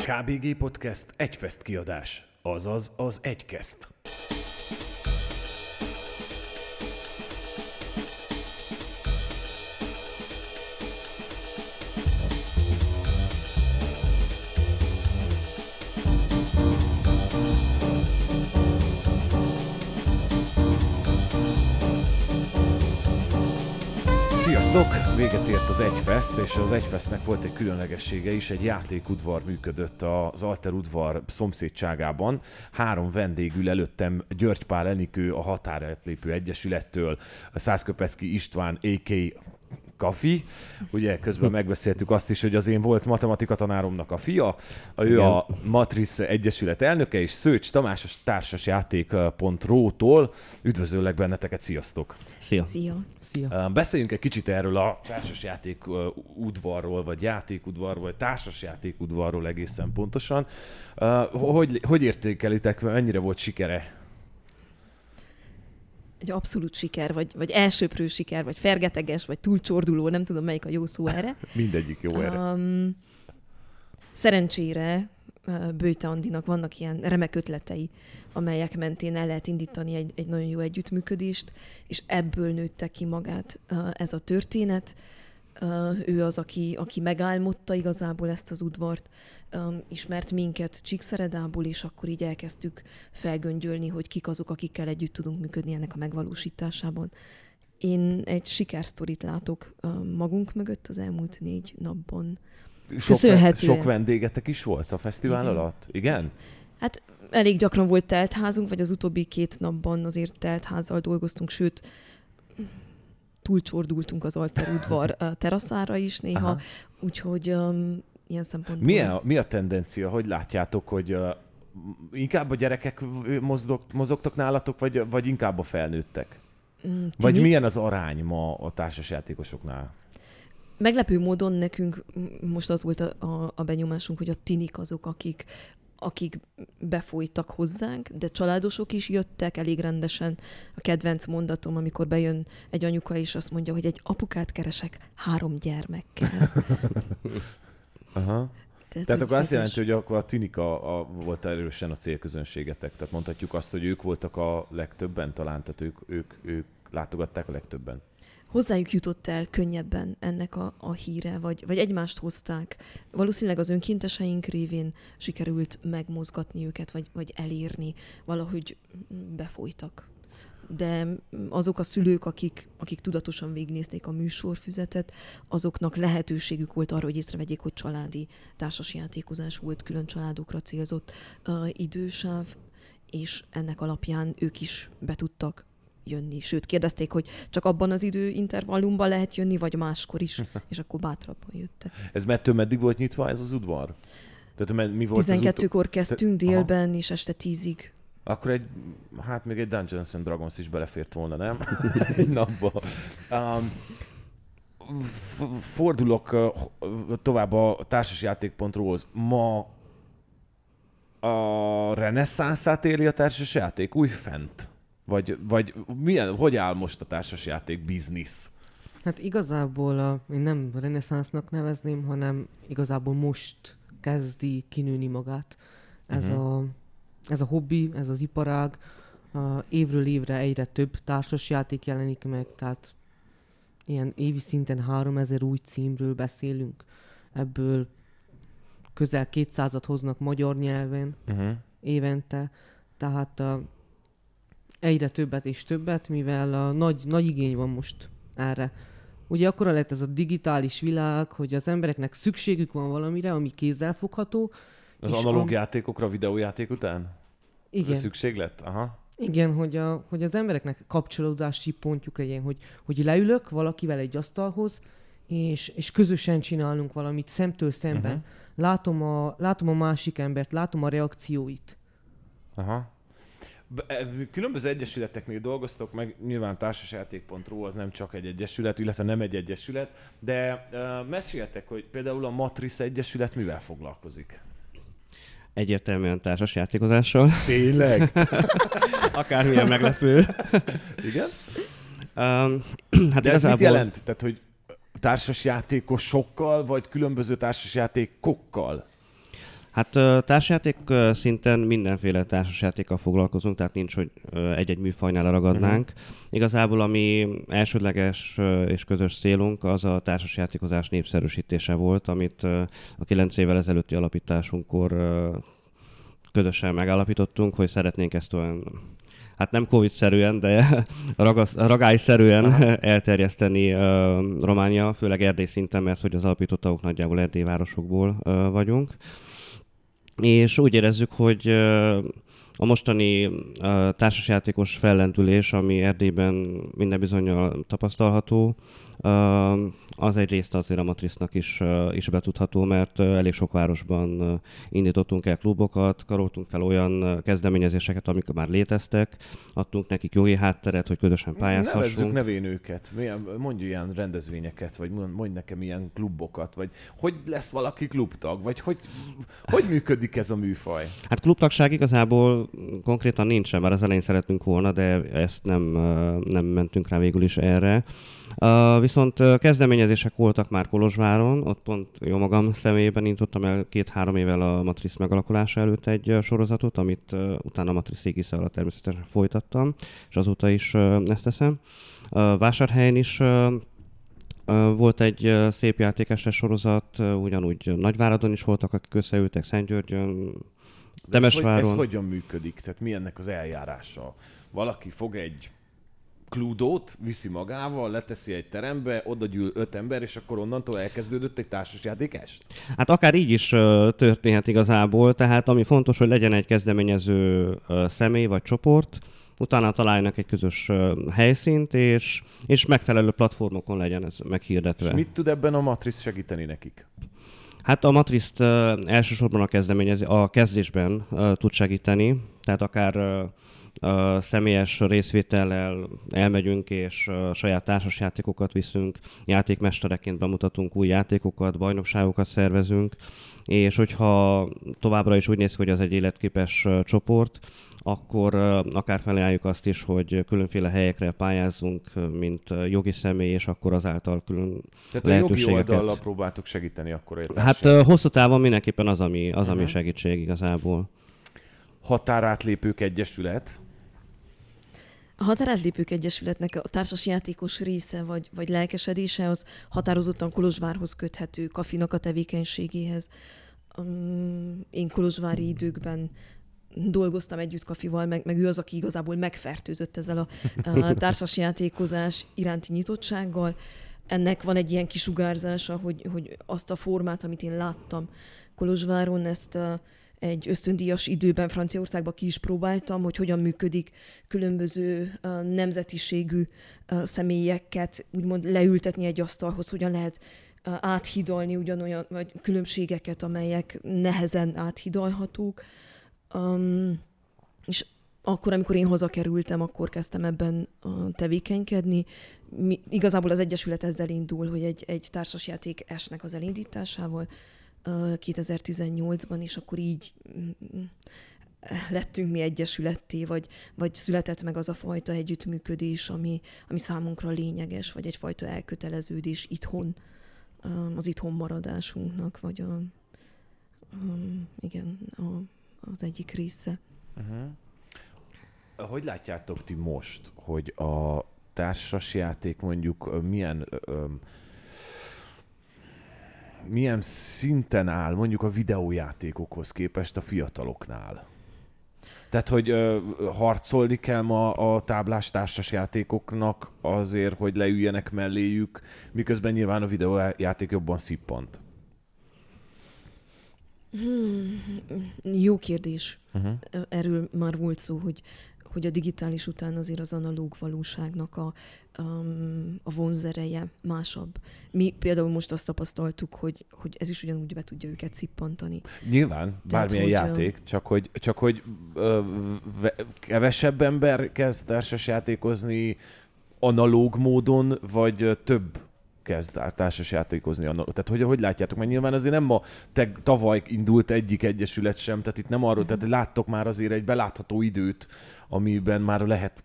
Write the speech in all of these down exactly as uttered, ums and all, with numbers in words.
ká bé gé Podcast Egyfest kiadás, azaz az Egykest. Sziasztok! Véget ért az Egyfest, és az Egyfestnek volt egy különlegessége is, egy játékudvar működött az Alter udvar szomszédságában. Három vendég ül előttem, György Pál Enikő a Határátlépő Egyesülettől, a Szászköpecki István á ká Kafi. Ugye közben megbeszéltük azt is, hogy az én volt matematika tanáromnak a fia, ő igen. A Matrice Egyesület elnöke, és Szőcs Tamás a társasjáték pont ro-tól. Üdvözöllek benneteket, sziasztok! Szia! Szia! Szia. Beszéljünk egy kicsit erről a társasjáték udvarról, vagy játékudvarról, vagy társasjátékudvarról egészen pontosan. Hogy, hogy értékelitek, mennyire volt sikere? Egy abszolút siker, vagy, vagy elsőprő siker, vagy fergeteges, vagy túlcsorduló, nem tudom melyik a jó szó erre. Mindegyik jó erre. Um, szerencsére Böjte Andinak vannak ilyen remek ötletei, amelyek mentén el lehet indítani egy, egy nagyon jó együttműködést, és ebből nőtte ki magát ez a történet. Ő az, aki, aki megálmodta igazából ezt az udvart, ismert minket Csíkszeredából, és akkor így elkezdtük felgöngyölni, hogy kik azok, akikkel együtt tudunk működni ennek a megvalósításában. Én egy sikersztorit látok magunk mögött az elmúlt négy napban. Sok, sok vendégetek is volt a fesztivál igen. alatt? Igen? Hát elég gyakran volt teltházunk, vagy az utóbbi két napban azért teltházzal dolgoztunk, sőt, túlcsordultunk az Alter udvar teraszára is néha, aha. úgyhogy um, ilyen szempontból... Mi a, mi a tendencia? Hogy látjátok, hogy uh, inkább a gyerekek mozog, mozogtak nálatok, vagy, vagy inkább a felnőttek? Mm, vagy milyen az arány ma a társasjátékosoknál? Meglepő módon nekünk most az volt a, a, a benyomásunk, hogy a tinik azok, akik, akik befolytak hozzánk, de családosok is jöttek elég rendesen. A kedvenc mondatom, amikor bejön egy anyuka, és azt mondja, hogy egy apukát keresek három gyermekkel. Aha. Tehát, Tehát akkor azt jelenti, hogy akkor a tinik a, a, volt erősen a célközönségetek. Tehát mondhatjuk azt, hogy ők voltak a legtöbben talán, tehát ők, ők, ők látogatták a legtöbben. Hozzájuk jutott el könnyebben ennek a, a híre, vagy, vagy egymást hozták. Valószínűleg az önkénteseink révén sikerült megmozgatni őket, vagy, vagy elérni, valahogy befolytak. De azok a szülők, akik, akik tudatosan végignézték a műsorfüzetet, azoknak lehetőségük volt arra, hogy észrevegyék, hogy családi társasjátékozás volt, külön családokra célzott uh, idősáv, és ennek alapján ők is be tudtak jönni. Sőt, kérdezték, hogy csak abban az időintervallumban lehet jönni, vagy máskor is, és akkor bátrabban jöttek. Ez mettől meddig volt nyitva ez az udvar? Tehát mi volt tizenkettőkor kezdtünk Te... délben, aha. és este tízig. Akkor egy, hát még egy Dungeons and Dragons is belefért volna, nem? Egy napba. Um, fordulok tovább a társasjáték pont ro-hoz. Ma a reneszánszát éli a társasjáték újfent? Vagy, vagy milyen, hogy áll most a társasjáték biznisz? Hát igazából a, én nem reneszánsznak nevezném, hanem igazából most kezdi kinőni magát. Ez, uh-huh. a, ez a hobbi, ez az iparág. A, évről évre egyre több társasjáték jelenik meg, tehát ilyen évi szinten háromezer új címről beszélünk. Ebből közel kétszázat hoznak magyar nyelven uh-huh. évente. Tehát a, egyre többet és többet, mivel a nagy, nagy igény van most erre. Ugye akkora lett ez a digitális világ, hogy az embereknek szükségük van valamire, ami kézzelfogható. Az analóg am... játékokra, videójáték után? Igen. Ez szükség lett? Aha. Igen, hogy, a, hogy az embereknek kapcsolódási pontjuk legyen, hogy, hogy leülök valakivel egy asztalhoz, és, és közösen csinálunk valamit szemtől szemben. Uh-huh. Látom, a, látom a másik embert, látom a reakcióit. Aha. Különböző egyesületeknél dolgoztok, meg nyilván társasjáték pont ro az nem csak egy egyesület, illetve nem egy egyesület, de uh, meséljetek, hogy például a Matrice Egyesület mivel foglalkozik? Egyértelműen társasjátékozással. Tényleg? Akármilyen meglepő. Igen? Um, hát de ez igazából... mit jelent? Tehát, hogy társasjátékosokkal, vagy különböző társasjátékokkal? Hát társjáték szinten mindenféle társasjátékkal foglalkozunk, tehát nincs, hogy egy-egy műfajnál ragadnánk. Uh-huh. Igazából ami elsődleges és közös célunk, az a társasjátékozás népszerűsítése volt, amit a kilenc évvel ezelőtti alapításunkkor közösen megállapítottunk, hogy szeretnénk ezt olyan, hát nem Covid-szerűen, de ragasz, ragályszerűen Aha. elterjeszteni uh, Románia, főleg Erdély szinten, mert hogy az alapító tagok nagyjából Erdély városokból uh, vagyunk. És úgy érezzük, hogy uh, a mostani uh, társasjátékos fellendülés, ami Erdélyben minden bizonnyal tapasztalható, uh, az egyrészt azért a Matrisznak is, uh, is betudható, mert uh, elég sok városban uh, indítottunk el klubokat, karoltunk fel olyan uh, kezdeményezéseket, amik már léteztek, adtunk nekik jogi hátteret, hogy közösen pályázhassunk. Nevezzük nevén őket, milyen, mondj ilyen rendezvényeket, vagy mondj nekem ilyen klubokat, vagy hogy lesz valaki klubtag, vagy hogy, hogy működik ez a műfaj? Hát klubtagság igazából konkrétan nincsen, bár az elején szeretünk volna, de ezt nem, nem mentünk rá végül is erre. Uh, viszont uh, kezdeményezések voltak már Kolozsváron, ott pont jó magam személyében indítottam el két-három évvel a Matrisz megalakulása előtt egy uh, sorozatot, amit uh, utána a Matrisz égisze alatt természetesen folytattam, és azóta is uh, ezt teszem. Uh, Vásárhelyen is uh, uh, volt egy uh, szép játékestes sorozat, uh, ugyanúgy Nagyváradon is voltak, akik összeültek, Szentgyörgyön, Temesváron. Ez, hogy, ez hogyan működik? Tehát mi ennek az eljárása? Valaki fog egy klúdót, viszi magával, leteszi egy terembe, oda gyűl öt ember, és akkor onnantól elkezdődött egy társasjáték est? Hát akár így is uh, történhet igazából, tehát ami fontos, hogy legyen egy kezdeményező uh, személy vagy csoport, utána találnak egy közös uh, helyszínt, és, és megfelelő platformokon legyen ez meghirdetve. És mit tud ebben a Matrisz segíteni nekik? Hát a Matriszt uh, elsősorban a, kezdeményezés, a kezdésben uh, tud segíteni, tehát akár uh, Uh, személyes részvétellel elmegyünk, és uh, saját társasjátékokat viszünk, játékmestereként bemutatunk új játékokat, bajnokságokat szervezünk, és hogyha továbbra is úgy néz ki, hogy az egy életképes uh, csoport, akkor uh, akár felajánljuk azt is, hogy különféle helyekre pályázzunk, mint uh, jogi személy, és akkor azáltal külön Tehát lehetőségeket. Tehát a jogi oldallal próbáltuk segíteni akkor értelmesen. Hát uh, hosszú távon mindenképpen az, ami, az, uh-huh. ami segítség igazából. Határátlépők egyesület. A Határátlépők Egyesületnek a társasjátékos része vagy, vagy lelkesedése az határozottan Kolozsvárhoz köthető, Kafinak a tevékenységéhez. Um, én kolozsvári időkben dolgoztam együtt Kafival, meg, meg ő az, aki igazából megfertőzött ezzel a, a társasjátékozás iránti nyitottsággal. Ennek van egy ilyen kisugárzása, hogy, hogy azt a formát, amit én láttam Kolozsváron, ezt a egy ösztöndíjas időben Franciaországban ki is próbáltam, hogy hogyan működik különböző uh, nemzetiségű uh, személyeket úgymond leültetni egy asztalhoz, hogyan lehet uh, áthidalni ugyanolyan vagy különbségeket, amelyek nehezen áthidalhatók. Um, és akkor, amikor én hazakerültem, akkor kezdtem ebben uh, tevékenykedni. Mi, igazából az Egyesület ezzel indul, hogy egy, egy társasjáték esnek az elindításával, kétezer-tizennyolcban, és akkor így lettünk mi egyesületté, vagy, vagy született meg az a fajta együttműködés, ami, ami számunkra lényeges, vagy egyfajta elköteleződés itthon, az itthon maradásunknak, vagy a, igen, a, az egyik része. Uh-huh. Hogy látjátok ti most, hogy a társasjáték mondjuk milyen... Öm, milyen szinten áll mondjuk a videójátékokhoz képest a fiataloknál? Tehát, hogy ö, harcolni kell ma a táblás társasjátékoknak azért, hogy leüljenek melléjük, miközben nyilván a videójáték jobban szippant. Hmm, jó kérdés. Uh-huh. Erről már volt szó, hogy, hogy a digitális után azért az analóg valóságnak a, um, a vonzereje másabb. Mi például most azt tapasztaltuk, hogy, hogy ez is ugyanúgy be tudja őket szippantani. Nyilván, bármilyen Tehát, játék, hogy, csak hogy, csak hogy ö, ve, kevesebb ember kezd társasjátékozni analóg módon, vagy több kezd társasjátékozni. Tehát hogy, hogy látjátok? Mert nyilván azért nem ma te, tavaly indult egyik egyesület sem, tehát itt nem arról, uh-huh. tehát láttok már azért egy belátható időt, amiben már lehet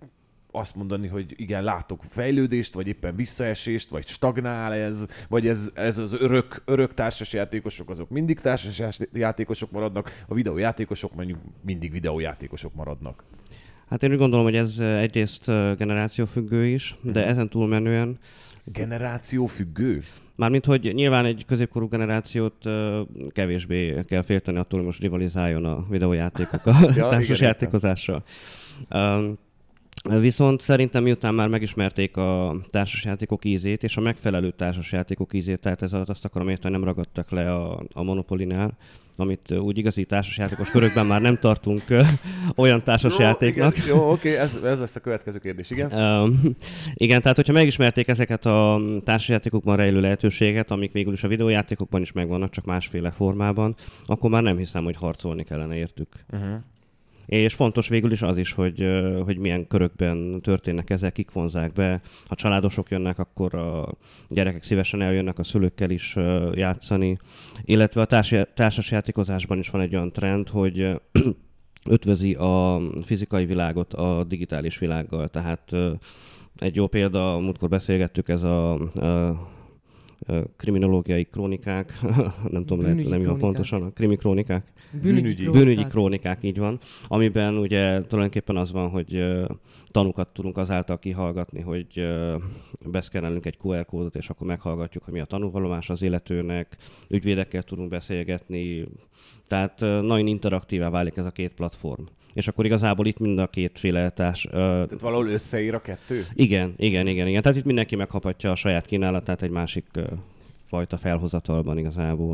azt mondani, hogy igen, látok fejlődést, vagy éppen visszaesést, vagy stagnál ez, vagy ez, ez az örök, örök társasjátékosok, azok mindig társasjátékosok maradnak, a videójátékosok mondjuk mindig videójátékosok maradnak. Hát én úgy gondolom, hogy ez egyrészt generációfüggő is, de ezen túlmenően... Generációfüggő? Mármint, hogy nyilván egy középkorú generációt uh, kevésbé kell félteni attól, hogy most rivalizáljon a videójátékok a ja, társasjátékozással. Um, viszont szerintem miután már megismerték a társasjátékok ízét, és a megfelelő társasjátékok ízét, tehát ez alatt azt akarom érteni, nem ragadtak le a, a Monopoly-nál, amit úgy igazi társasjátékos körökben már nem tartunk uh, olyan társasjátéknak. Jó, igen, jó, oké, ez, ez lesz a következő kérdés, igen. Um, igen, tehát hogyha megismerték ezeket a társasjátékokban rejlő lehetőséget, amik végül is a videójátékokban is megvannak, csak másféle formában, akkor már nem hiszem, hogy harcolni kellene értük. Uh-huh. És fontos végül is az is, hogy, hogy milyen körökben történnek ezek, kik vonzák be. Ha családosok jönnek, akkor a gyerekek szívesen eljönnek a szülőkkel is játszani. Illetve a társasjátékozásban is van egy olyan trend, hogy ötvözi a fizikai világot a digitális világgal. Tehát egy jó példa, múltkor beszélgettük, ez a, a kriminológiai krónikák, nem tudom, lehet, nem jól pontosan, a krimi krónikák. Bűnügyi krónikák. Bűnügyi krónikák, így van. Amiben ugye tulajdonképpen az van, hogy uh, tanúkat tudunk azáltal kihallgatni, hogy uh, beszkennelünk egy kú er kódot, és akkor meghallgatjuk, hogy mi a tanúvallomás az illetőnek, ügyvédekkel tudunk beszélgetni, tehát uh, nagyon interaktívá válik ez a két platform. És akkor igazából itt mind a kétféle társ... Uh, Tehát valahol összeír a kettő? Igen, igen, igen, igen. Tehát itt mindenki megkaphatja a saját kínálatát egy másik uh, fajta felhozatalban igazából.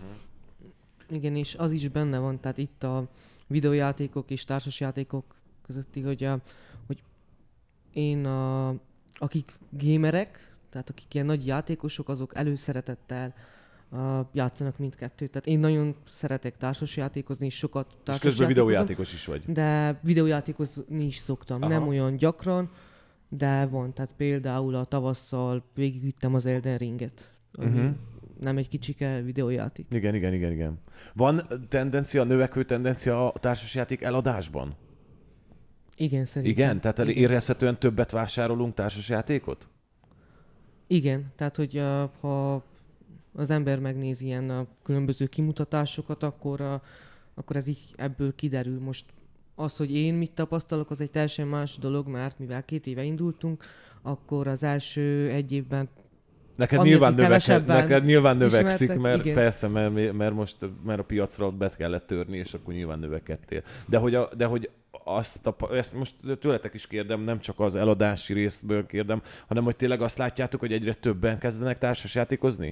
Uh-huh. Igen, és az is benne van, tehát itt a videójátékok és társasjátékok közötti, hogy, a, hogy én, a, akik gamerek, tehát akik ilyen nagy játékosok, azok előszeretettel Uh, játszanak mindkettőt. Tehát én nagyon szeretek társasjátékozni, és sokat társasjátékozom. És közben videójátékos is vagy. De videójátékozni is szoktam. Aha. Nem olyan gyakran, de van. Tehát például a tavasszal végigvittem az Elden Ringet. Uh-huh. Nem egy kicsike videójáték. Igen, igen, igen, igen. Van tendencia, növekvő tendencia a társasjáték eladásban? Igen, szerintem. Igen? Tehát igen. Érezhetően többet vásárolunk társasjátékot? Igen. Tehát, hogy uh, ha az ember megnézi ilyen a különböző kimutatásokat, akkor, a, akkor ez így ebből kiderül. Most az, hogy én mit tapasztalok, az egy teljesen más dolog, mert mivel két éve indultunk, akkor az első egy évben Neked nyilván, növeke, neked nyilván növekszik, mert igen. Persze, mert, mert most mert a piacra be kellett törni, és akkor nyilván növekedtél. De hogy, a, de hogy azt a, ezt most tőletek is kérdem, nem csak az eladási részből kérdem, hanem hogy tényleg azt látjátok, hogy egyre többen kezdenek társasjátékozni?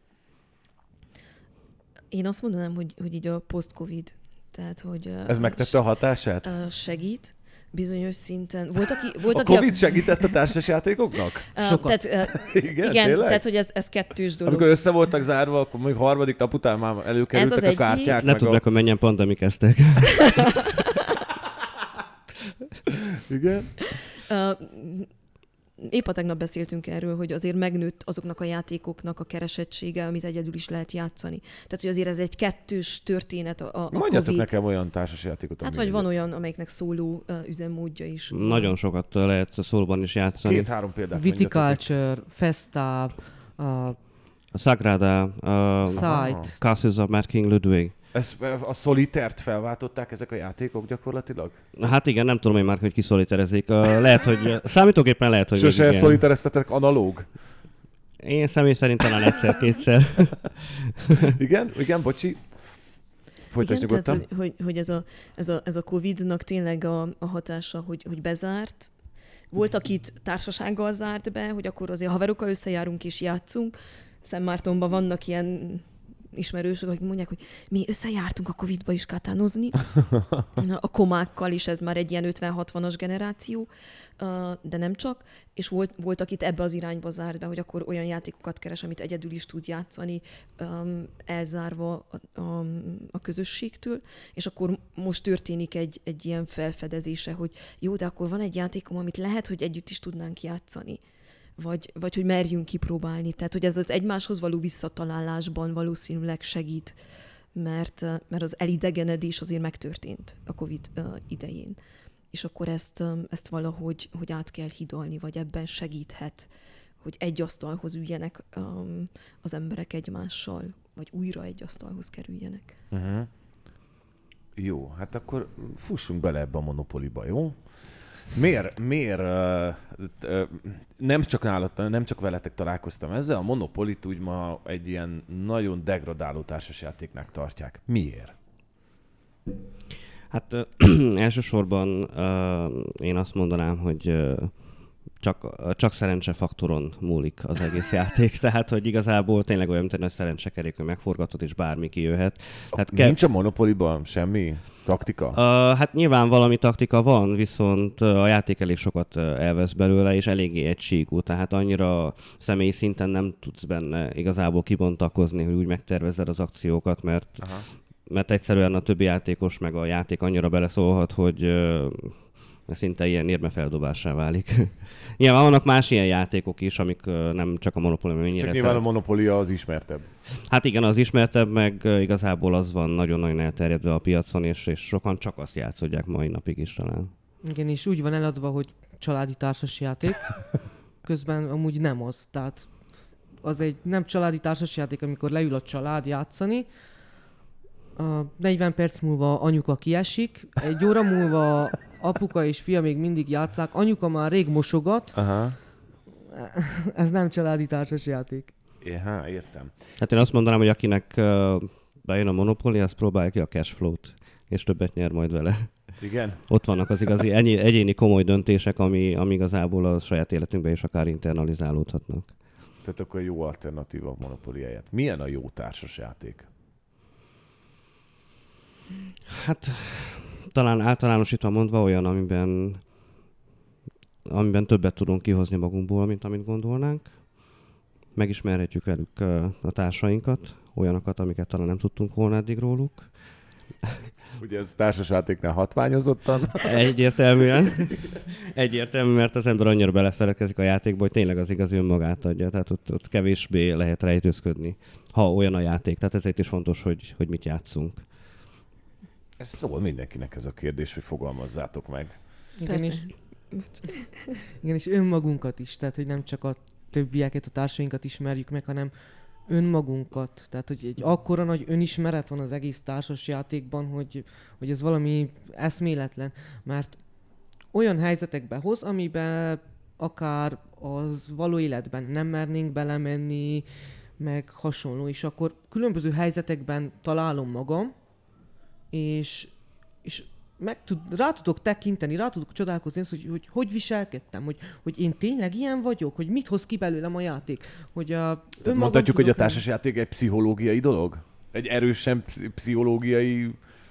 Én azt mondanám, hogy, hogy így a post-covid, tehát hogy... Ez megtette a hatását? Segít bizonyos szinten. Volt, aki, volt, a aki Covid a... segített a társasjátékoknak? Sokat. Tehát, uh, igen, igen tehát hogy ez, ez kettős dolog. Amikor össze voltak zárva, akkor még harmadik nap után már előkerültek a kártyák. Ne tudnak, a... hogy menjen pandemikesztek. Igen? Uh, Épp a tegnap beszéltünk erről, hogy azért megnőtt azoknak a játékoknak a keresettsége, amit egyedül is lehet játszani. Tehát, hogy azért ez egy kettős történet a, a Mondjatok Covid. nekem olyan társasjátékot, Hát vagy van olyan, amelyiknek szóló uh, üzemmódja is. Nagyon sokat lehet szólóban is játszani. Két-három példát Viticulture, Festa, uh, a Sagrada, uh, Sight, Castles of Mad King Ludwig. Ez, a Solitert felváltották ezek a játékok gyakorlatilag? Hát igen, nem tudom én már, hogy ki szoliterezik. Uh, lehet, hogy számítógépen lehet, hogy... Sose szolitereztetek analóg? Én személy szerint talán egyszer-kétszer. igen? Igen, bocsi. Folytasd igen, nyugodtan. tehát, hogy, hogy ez, a, ez, a, ez a Covid-nak tényleg a, a hatása, hogy, hogy bezárt. Volt, akit társasággal zárt be, hogy akkor azért haverokkal összejárunk és játszunk. Szentmártonban vannak ilyen ismerősök, akik mondják, hogy mi összejártunk a Covid-ba is katánozni. A komákkal is, ez már egy ilyen ötven-hatvanas generáció, de nem csak. És volt, volt akit ebbe az irányba zárt be, hogy akkor olyan játékokat keres, amit egyedül is tud játszani, elzárva a, a, a közösségtől. És akkor most történik egy, egy ilyen felfedezése, hogy jó, de akkor van egy játékom, amit lehet, hogy együtt is tudnánk játszani. Vagy, vagy hogy merjünk kipróbálni. Tehát, hogy ez az egymáshoz való visszatalálásban valószínűleg segít, mert, mert az elidegenedés azért megtörtént a Covid idején. és akkor ezt, ezt valahogy hogy át kell hidalni, vagy ebben segíthet, hogy egy asztalhoz üljenek um, az emberek egymással, vagy újra egy asztalhoz kerüljenek. Uh-huh. Jó, hát akkor fussunk bele ebbe a Monopolyba, jó? Miért, miért uh, uh, nem csak nálat, nem csak veletek találkoztam ezzel, a Monopolyt úgy ma egy ilyen nagyon degradáló társasjátéknak tartják. Miért? Hát uh, elsősorban uh, én azt mondanám, hogy uh, csak, csak szerencsefaktoron múlik az egész játék. Tehát, hogy igazából tényleg olyan, mint egy nagy szerencsekerék, hogy megforgatod, és bármi kijöhet. Tehát Nincs ke- a Monopolyban semmi taktika? Uh, hát nyilván valami taktika van, viszont a játék elég sokat elvesz belőle, és eléggé egysíkú, tehát annyira személyi szinten nem tudsz benne igazából kibontakozni, hogy úgy megtervezzed az akciókat, mert, mert egyszerűen a többi játékos meg a játék annyira beleszólhat, hogy uh, szinte ilyen érmefeldobássá válik. Nyilván vannak más ilyen játékok is, amik uh, nem csak a Monopoly, mennyire Csak nyilván szeret... a Monopoly az ismertebb. Hát igen, az ismertebb, meg uh, igazából az van nagyon-nagyon elterjedve a piacon, és, és sokan csak azt játszodják mai napig is talán. Igen, és úgy van eladva, hogy családi társasjáték, közben amúgy nem az. Tehát az egy nem családi társasjáték, amikor leül a család játszani, a negyven perc múlva anyuka kiesik, egy óra múlva apuka és fia még mindig játszák, anyuka már rég mosogat. Aha. Ez nem családi társasjáték. Aha, értem. Hát én azt mondanám, hogy akinek uh, bejön a Monopoly, az próbálja ki a cashflow-t, és többet nyer majd vele. Igen? Ott vannak az igazi ennyi, egyéni komoly döntések, ami, ami igazából a saját életünkben is akár internalizálódhatnak. Tehát akkor jó alternatíva a Monopoly helyett. Milyen a jó társasjáték? Hát talán általánosítva mondva olyan, amiben, amiben többet tudunk kihozni magunkból, mint amit gondolnánk. Megismerhetjük velük a társainkat, olyanokat, amiket talán nem tudtunk volna eddig róluk. Ugye ez társasjátéknál hatványozottan? Egyértelműen. Egyértelmű, mert az ember annyira belefeledkezik a játékba, hogy tényleg az igazi önmagát adja. Tehát ott, ott kevésbé lehet rejtőzködni, ha olyan a játék. Tehát ezért is fontos, hogy, hogy mit játszunk. Ez szól mindenkinek ez a kérdés, hogy fogalmazzátok meg. Igen, és, igen, és önmagunkat is, tehát hogy nem csak a többieket, a társainkat ismerjük meg, hanem önmagunkat. Tehát, hogy egy akkora nagy önismeret van az egész társasjátékban, hogy, hogy ez valami eszméletlen. Mert olyan helyzetekbe hoz, amiben akár az való életben nem mernénk belemenni, meg hasonló, és akkor különböző helyzetekben találom magam, és, és meg tud, rá tudok tekinteni, rá tudok csodálkozni azt, hogy, hogy hogy viselkedtem, hogy, hogy én tényleg ilyen vagyok, hogy mit hoz ki belőlem a játék. Hogy a Tehát mondhatjuk, hogy a társasjáték egy pszichológiai dolog? Egy erősen pszichológiai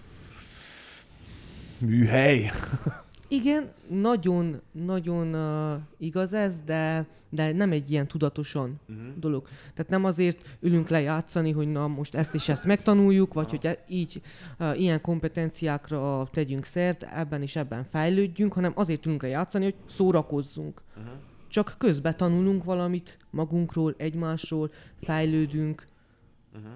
műhely? Igen, nagyon, nagyon uh, igaz ez, de, de nem egy ilyen tudatosan uh-huh. dolog. Tehát nem azért ülünk le játszani, hogy na most ezt és ezt megtanuljuk, vagy hogy így uh, ilyen kompetenciákra tegyünk szert, ebben és ebben fejlődjünk, hanem azért ülünk le játszani, hogy szórakozzunk. Uh-huh. Csak közben tanulunk valamit magunkról, egymásról, fejlődünk. Uh-huh.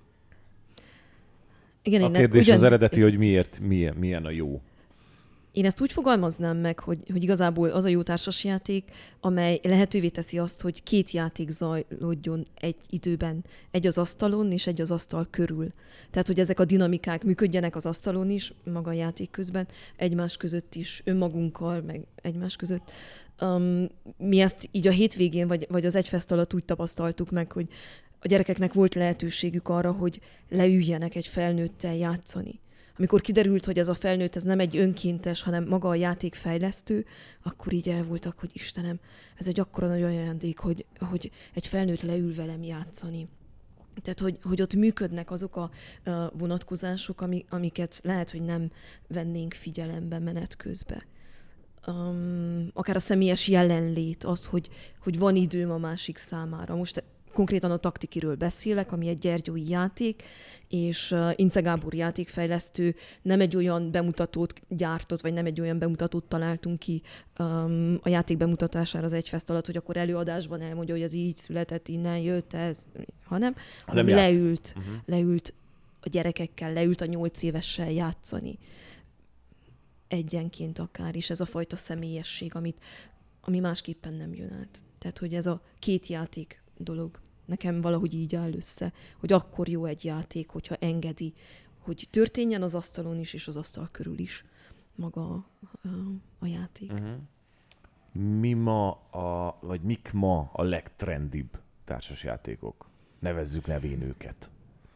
Igen, a kérdés ugyan... az eredeti, hogy miért, milyen, milyen a jó. Én ezt úgy fogalmaznám meg, hogy, hogy igazából az a jó társasjáték, amely lehetővé teszi azt, hogy két játék zajlódjon egy időben, egy az asztalon és egy az asztal körül. Tehát, hogy ezek a dinamikák működjenek az asztalon is, maga a játék közben, egymás között is, önmagunkkal, meg egymás között. Um, mi ezt így a hétvégén, vagy, vagy az egyfest alatt úgy tapasztaltuk meg, hogy a gyerekeknek volt lehetőségük arra, hogy leüljenek egy felnőttel játszani. Amikor kiderült, hogy ez a felnőtt ez nem egy önkéntes, hanem maga a játékfejlesztő, akkor így el voltak, hogy Istenem, ez egy akkora nagy ajándék, hogy, hogy egy felnőtt leül velem játszani. Tehát, hogy, hogy ott működnek azok a uh, vonatkozások, ami, amiket lehet, hogy nem vennénk figyelembe menet közben. Um, akár a személyes jelenlét, az, hogy, hogy van időm a másik számára. Most konkrétan a Taktikiről beszélek, ami egy gyergyói játék, és uh, Ince Gábor játékfejlesztő nem egy olyan bemutatót gyártott, vagy nem egy olyan bemutatót találtunk ki um, a játék bemutatására az egyfest alatt, hogy akkor előadásban elmondja, hogy ez így született, innen jött ez, hanem, hanem leült, uh-huh. leült a gyerekekkel, leült a nyolc évessel játszani. egyenként akár, és ez a fajta személyesség, amit, ami másképpen nem jön át. Tehát, hogy ez a két játék dolog nekem valahogy így áll össze, hogy akkor jó egy játék, hogyha engedi, hogy történjen az asztalon is, és az asztal körül is maga a, a, a játék. Uh-huh. Mi ma, a, vagy mik ma a legtrendibb társasjátékok? Nevezzük nevén őket.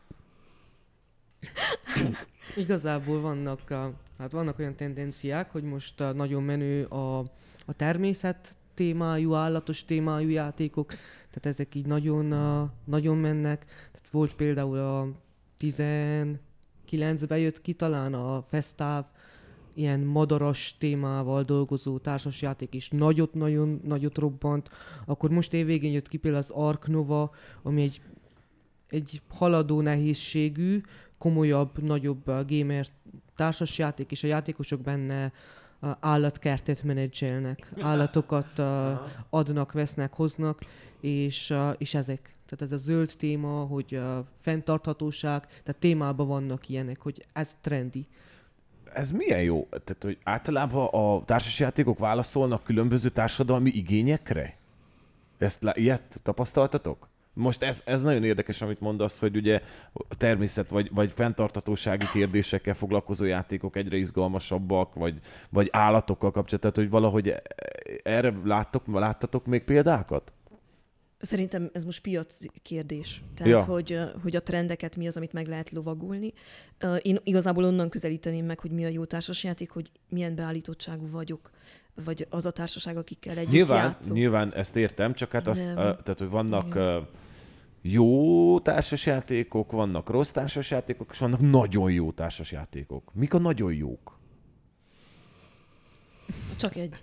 Igazából vannak, a, hát vannak olyan tendenciák, hogy most a nagyon menő a, a természet témájú, állatos témájú játékok, tehát ezek így nagyon, a, nagyon mennek. Tehát volt például a tizenkilencben jött ki talán a Festáv, ilyen madaras témával dolgozó társasjáték is nagyot-nagyon nagyot robbant. Akkor most évvégén jött ki például az Ark Nova, ami egy, egy haladó nehézségű, komolyabb, nagyobb uh, gamer társasjáték, és a játékosok benne uh, állatkertet menedzselnek, állatokat uh, adnak, vesznek, hoznak, és, uh, és ezek. Tehát ez a zöld téma, hogy uh, fenntarthatóság, tehát témában vannak ilyenek, hogy ez trendi. Ez milyen jó? Tehát, hogy általában a társasjátékok válaszolnak különböző társadalmi igényekre? Ezt lá- ilyet tapasztaltatok? Most ez, ez nagyon érdekes, amit mondasz, hogy ugye a természet vagy, vagy fenntarthatósági kérdésekkel foglalkozó játékok egyre izgalmasabbak, vagy, vagy állatokkal kapcsolatban, hogy valahogy erre láttok, láttatok még példákat? Szerintem ez most piac kérdés. Tehát, Ja. hogy, hogy a trendeket mi az, amit meg lehet lovagolni. Én igazából onnan közelíteném meg, hogy mi a jó társasjáték, hogy milyen beállítottságú vagyok, vagy az a társaság, akikkel együtt Nyilván, játszok. nyilván ezt értem, csak hát azt, De- uh, tehát, hogy vannak Igen. uh, jó társasjátékok, vannak rossz társasjátékok, és vannak nagyon jó társasjátékok. Mik a nagyon jók? Csak egy.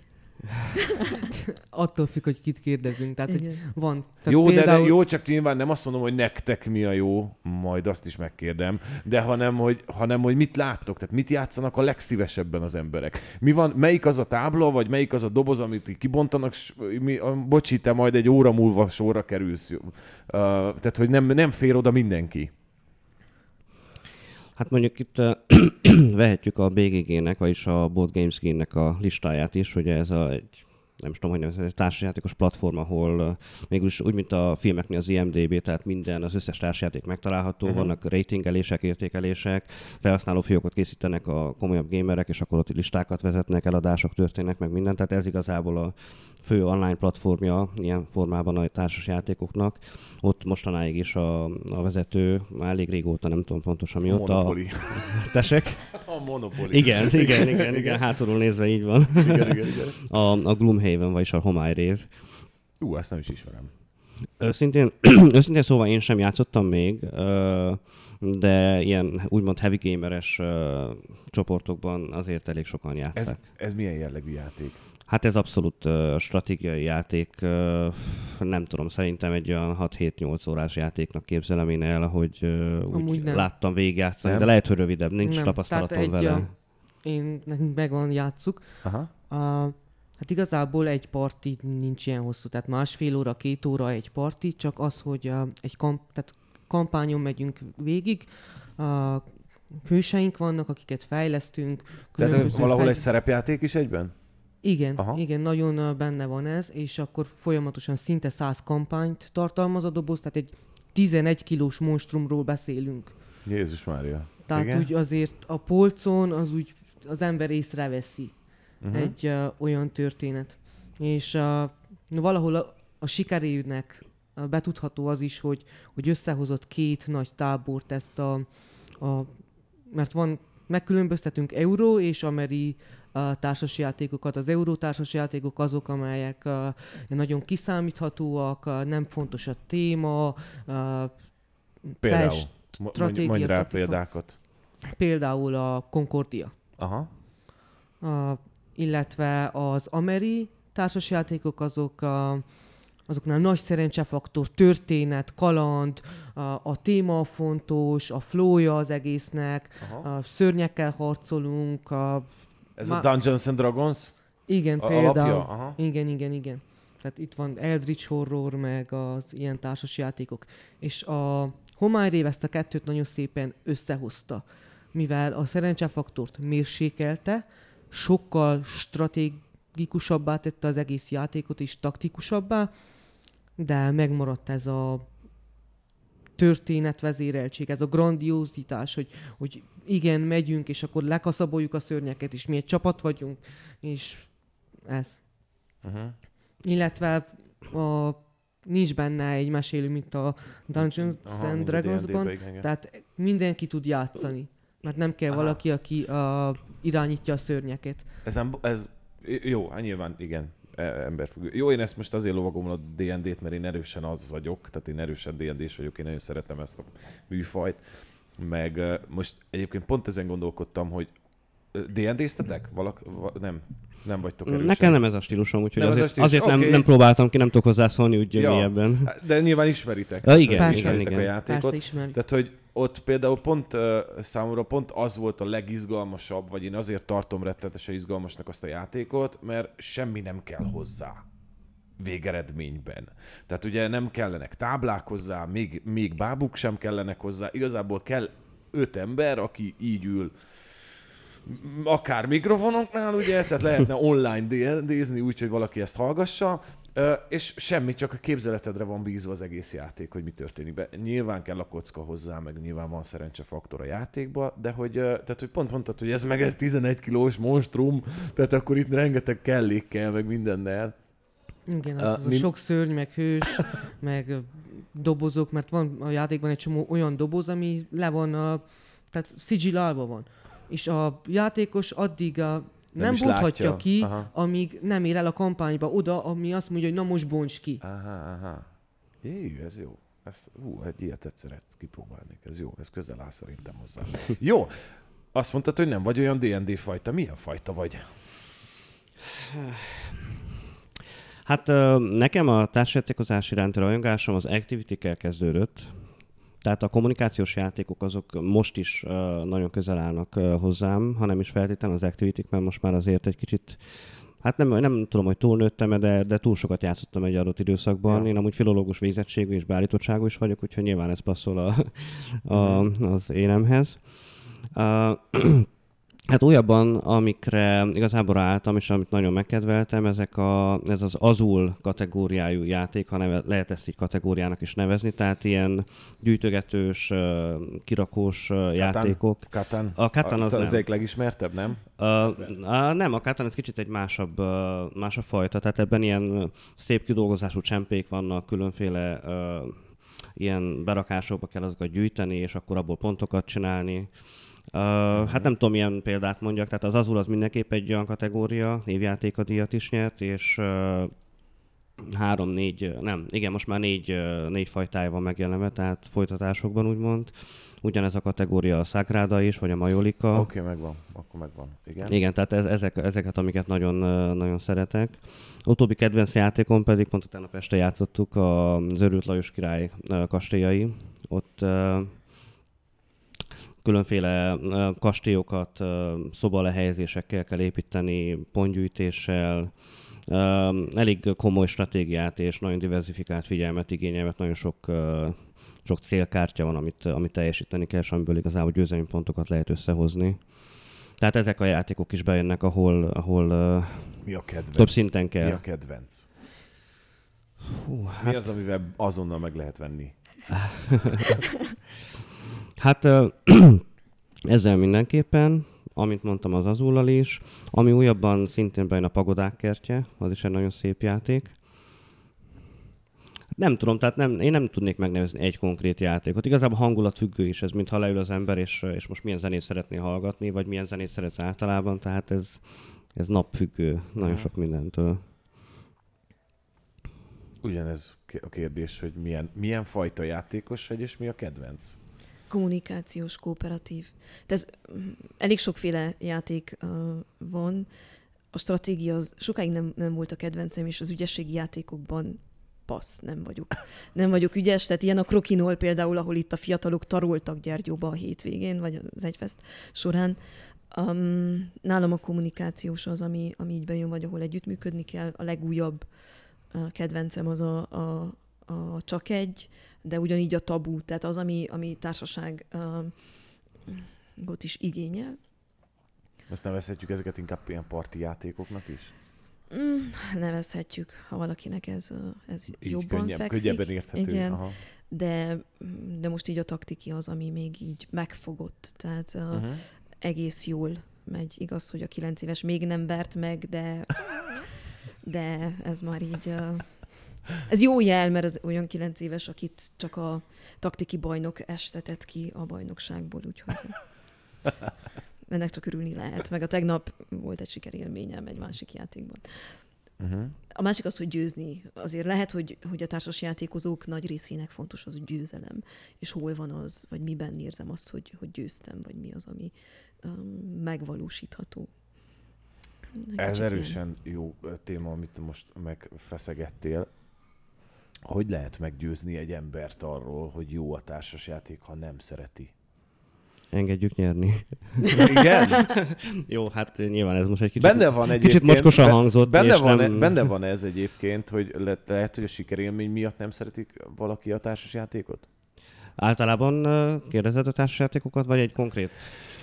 Attól függ, hogy kit kérdezünk. Tehát, hogy Igen. van. Tehát Jó, például... de jó, csak nyilván nem azt mondom, hogy nektek mi a jó, majd azt is megkérdem, de hanem, hogy, hanem, hogy mit láttok, tehát mit játszanak a legszívesebben az emberek. Mi van, melyik az a tábla, vagy melyik az a doboz, amit így kibontanak, s- mi, a- bocsi, te majd egy óra múlva sorra kerülsz. Uh, tehát, hogy nem, nem fér oda mindenki. Hát mondjuk itt uh, vehetjük a bé gé gé-nek, vagyis a Board Games Game-nek a listáját is, ugye ez a, egy, nem is tudom, hogy ez egy társasjátékos platform, ahol uh, mégis úgy, mint a filmeknél az i em dé bé, tehát minden, az összes társasjáték megtalálható, Mhm. uh-huh. vannak ratingelések, értékelések, felhasználó fiókot készítenek a komolyabb gamerek, és akkor ott listákat vezetnek, eladások történnek, meg minden, tehát ez igazából a fő online platformja ilyen formában a társasjátékoknak. Ott mostanáig is a, a vezető, már elég régóta, nem tudom pontosan A mióta. Monopoly. Tessék? A Monopoly. Igen, igen, igen, igen, hátulról nézve így van. igen, igen, igen. A, a Gloomhaven, vagyis a Homályrév. Ú, ezt nem is ismerem. Őszintén, őszintén szóval én sem játszottam még, ö, de ilyen úgymond heavy gameres ö, csoportokban azért elég sokan játszák. Ez, ez milyen jellegű játék? Hát ez abszolút uh, stratégiai játék, uh, nem tudom, szerintem egy olyan hat-hét-nyolc órás játéknak képzelem én el, ahogy uh, úgy Amúgy nem. láttam végigjátszani, Nem? de lehet, hogy rövidebb, nincs Nem, tapasztalatom tehát egy, vele. a- Én, nekünk megvan, játsszuk. Aha. Uh, hát igazából egy parti nincs ilyen hosszú, tehát másfél óra, két óra egy parti, csak az, hogy uh, egy kamp, tehát kampányon megyünk végig, uh, hőseink vannak, akiket fejlesztünk. Tehát különböző valahol fej- egy szerepjáték is egyben? Igen, Aha. igen, nagyon uh, benne van ez, és akkor folyamatosan szinte száz kampányt tartalmaz a doboz, tehát egy tizenegy kilós monstrumról beszélünk. Jézus Mária. Tehát Igen? úgy azért a polcon az úgy az ember észreveszi. Uh-huh. Egy uh, olyan történet. És uh, valahol a, a sikerének uh, betudható az is, hogy, hogy összehozott két nagy tábort ezt a, a mert van, megkülönböztetünk euró és ameri uh, társasjátékokat. Az euró társasjátékok azok, amelyek uh, nagyon kiszámíthatóak, uh, nem fontos a téma, uh, Például. test, Mo- stratégia, Mondj rá taktika. példákat. például a Concordia. Aha. Uh, illetve az ameri társasjátékok azok a, azoknál nagy szerencsefaktor, történet, kaland, a, a téma fontos, a flowja az egésznek, Aha. a szörnyekkel harcolunk, a, Ez Ma- a Dungeons and Dragons igen, a- például. alapja? Aha. Igen, igen, igen. Tehát itt van Eldritch Horror, meg az ilyen társasjátékok. És a Homályrév ezt a kettőt nagyon szépen összehozta, mivel a szerencsefaktort mérsékelte, sokkal stratégikusabbá tette az egész játékot, és taktikusabbá, de megmaradt ez a történetvezéreltség, ez a grandiózitás, hogy, hogy igen, megyünk, és akkor lekaszaboljuk a szörnyeket, és mi egy csapat vagyunk, és ez. Uh-huh. Illetve a, nincs benne egy mesélő, mint a Dungeons Aha, and Dragonsban, tehát mindenki tud játszani, mert nem kell Aha. valaki, aki uh, irányítja a szörnyeket. Ez, nem, ez jó, hát nyilván igen. Emberfüggő. Jó, én ezt most azért lovagom a dé end dét, mert én erősen az vagyok, tehát én erősen dé end dés vagyok, én nagyon szeretem ezt a műfajt. Meg uh, most egyébként pont ezen gondolkodtam, hogy dé end déztetek? Valak, va, nem, nem vagytok erősen. Nekem nem ez a stílusom, úgyhogy nem azért, stílus. azért okay. nem, nem próbáltam ki, nem tudok hozzászólni úgy ja. mélyebben. De nyilván ismeritek. Ja, igen, Persze. igen, ismeritek igen. a játékot. Persze ismerjük. Tehát, hogy ott például pont uh, számomra pont az volt a legizgalmasabb, vagy én azért tartom rettenetesen izgalmasnak azt a játékot, mert semmi nem kell hozzá végeredményben. Tehát ugye nem kellenek táblák hozzá, még, még bábuk sem kellenek hozzá, igazából kell öt ember, aki így ül akár mikrofonoknál, ugye, tehát lehetne online dé en dézni úgy, hogy valaki ezt hallgassa, és semmi, csak a képzeletedre van bízva az egész játék, hogy mi történik be. Nyilván kell a kocka hozzá, meg nyilván van szerencsefaktor a játékba, de hogy, tehát, hogy pont mondtad, hogy ez meg ez tizenegy kilós monstrum, tehát akkor itt rengeteg kellék kell, meg mindennel. Igen, hát az uh, a sok szörny, meg hős, meg dobozok, mert van a játékban egy csomó olyan doboz, ami le van, a, tehát szigillálva van. És a játékos addig a, nem, nem bonthatja ki, aha. amíg nem ér el a kampányba oda, ami azt mondja, hogy na most bonts ki. Aha, aha. Jé, ez jó. Ez, hú, egy ilyet egyszer kipróbálnék. Ez jó, ez közel áll szerintem hozzá. Jó, azt mondtad, hogy nem vagy olyan dé en dé fajta. Milyen fajta vagy? Hát nekem a társjátékozás iránti rajongásom az Activity-kel kezdődött. Tehát a kommunikációs játékok azok most is uh, nagyon közel állnak uh, hozzám, hanem is feltétlenül az Activity-k, mert most már azért egy kicsit, hát nem, nem tudom, hogy túlnőttem, de, de túl sokat játszottam egy adott időszakban. Ja. Én amúgy filológus végzettségű és beállítottságú is vagyok, úgyhogy nyilván ez passzol a, a, az énemhez. Uh, Hát újabban, amikre igazából ráálltam, és amit nagyon megkedveltem, ezek a, ez az Azul kategóriájú játék, ha neve, lehet ezt így kategóriának is nevezni, tehát ilyen gyűjtögetős, kirakós Katan, játékok. Katan? A Katan az, az nem. Az egyik legismertebb, nem? A, a, nem, a Katan ez kicsit egy másabb, másabb fajta, tehát ebben ilyen szép kidolgozású csempék vannak, különféle uh, ilyen berakásokba kell azokat gyűjteni, és akkor abból pontokat csinálni. Uh, hát nem tudom, milyen példát mondjak, tehát az Azul az mindenképp egy olyan kategória, évjátékadíjat is nyert, és uh, három, négy, nem, igen, most már négy, négy fajtája van megjelenve, tehát folytatásokban úgymond. Ugyanez a kategória a Sagráda is, vagy a Majolika. Oké, okay, megvan, akkor megvan, igen. Igen, tehát ez, ezek, ezeket, amiket nagyon, nagyon szeretek. Utóbbi kedvenc játékon pedig pont utána este játszottuk az Őrült Lajos király kastélyai. Ott uh, különféle uh, kastélyokat uh, szobalehelyezésekkel kell építeni, pontgyűjtéssel, uh, elég komoly stratégiát és nagyon diversifikált figyelmet igényel, mert nagyon sok, uh, sok célkártya van, amit, amit teljesíteni kell, és amiből igazából győzelmi pontokat lehet összehozni. Tehát ezek a játékok is bejönnek, ahol, ahol uh, Mi a kedvenc? több szinten kell. Mi a kedvenc? Hú, hát... Mi az, amivel azonnal meg lehet venni? Hát ezzel mindenképpen, amit mondtam az Azullal is, ami újabban szintén bejön a Pagodák kertje, az is egy nagyon szép játék. Nem tudom, tehát nem, én nem tudnék megnevezni egy konkrét játékot. Igazából hangulatfüggő is ez, mintha leül az ember, és, és most milyen zenét szeretnél hallgatni, vagy milyen zenét szeretsz általában, tehát ez, ez napfüggő, nagyon sok mindentől. Ugyanez a kérdés, hogy milyen, milyen fajta játékos vagy, és mi a kedvenc? Kommunikációs, kooperatív. Tehát elég sokféle játék uh, van. A stratégia az sokáig nem, nem volt a kedvencem, és az ügyességi játékokban passz, nem vagyok. Nem vagyok ügyes, tehát ilyen a Krokinol például, ahol itt a fiatalok taroltak Gyergyóba a hétvégén, vagy az Egyfest során. Um, nálam a kommunikációs az, ami, ami így bejön, vagy ahol együttműködni kell. A legújabb uh, kedvencem az a, a, a Csak egy, de ugyanígy a Tabú, tehát az, ami, ami társaságot uh, is igényel. Azt nevezhetjük ezeket inkább ilyen parti játékoknak is? Mm, nevezhetjük, ha valakinek ez, ez Így jobban könnyebb, fekszik. könnyebben érthető. Igen, Aha. de, de most így a taktiki az, ami még így megfogott. Tehát uh, Uh-huh. egész jól megy. Igaz, hogy a kilenc éves még nem vert meg, de, de ez már így... Uh, ez jó jel, mert ez olyan kilenc éves, akit csak a taktiki bajnok estetett ki a bajnokságból, úgyhogy ennek csak örülni lehet. Meg a tegnap volt egy sikerélményem egy másik játékban. Uh-huh. A másik az, hogy győzni. Azért lehet, hogy, hogy a társas játékozók nagy részének fontos az, hogy győzelem. És hol van az, vagy miben érzem azt, hogy, hogy győztem, vagy mi az, ami um, megvalósítható. Ez Kicsit erősen ilyen. Jó téma, amit most megfeszegettél. Hogy lehet meggyőzni egy embert arról, hogy jó a társasjáték, ha nem szereti? Engedjük nyerni. Igen? Jó, hát nyilván ez most egy kicsit, Benne van egyébként, kicsit mocskosan be- hangzott. Benne és van, nem... e, benne van ez egyébként, hogy le, lehet, hogy a sikerélmény miatt nem szeretik valaki a társasjátékot? Általában uh, kérdezed a társasjátékokat, vagy egy konkrét?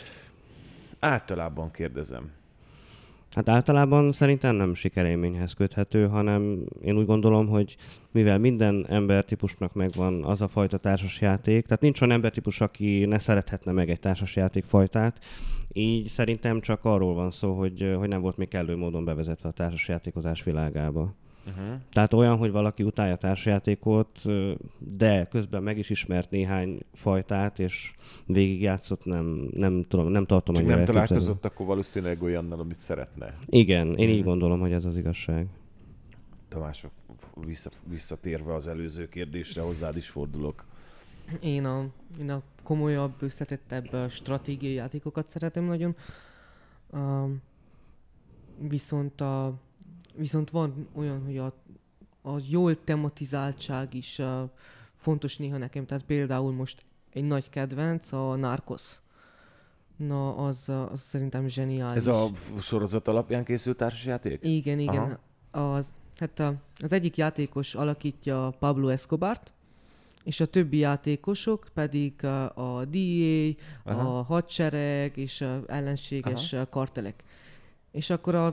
Általában kérdezem. Hát általában szerintem nem sikerélményhez köthető, hanem én úgy gondolom, hogy mivel minden embertípusnak megvan az a fajta társasjáték, tehát nincs olyan embertípus, aki ne szerethetne meg egy társasjáték fajtát, így szerintem csak arról van szó, hogy, hogy nem volt még kellő módon bevezetve a társasjátékozás világába. Uh-huh. Tehát olyan, hogy valaki utálja a társasjátékot, de közben meg is ismert néhány fajtát, és végigjátszott, nem, nem tudom, nem tartom Csak annyira nem elképzelhető. találkozott akkor valószínűleg olyannal, amit szeretne. Igen, én így Mhm. gondolom, hogy ez az igazság. Tamás, vissza, visszatérve az előző kérdésre, hozzád is fordulok. Én a, én a komolyabb, összetettebb stratégiai játékokat szeretem nagyon. Uh, viszont, a, viszont van olyan, hogy a, a jól tematizáltság is uh, fontos néha nekem. Tehát például most egy nagy kedvenc a Narcos. Na, az, az szerintem zseniális. Ez a sorozat alapján készült társasjáték? Igen, igen. Az, hát a, az egyik játékos alakítja Pablo Escobart, és a többi játékosok pedig a, a dé á, Aha. a hadsereg és a ellenséges Aha. kartelek. És akkor a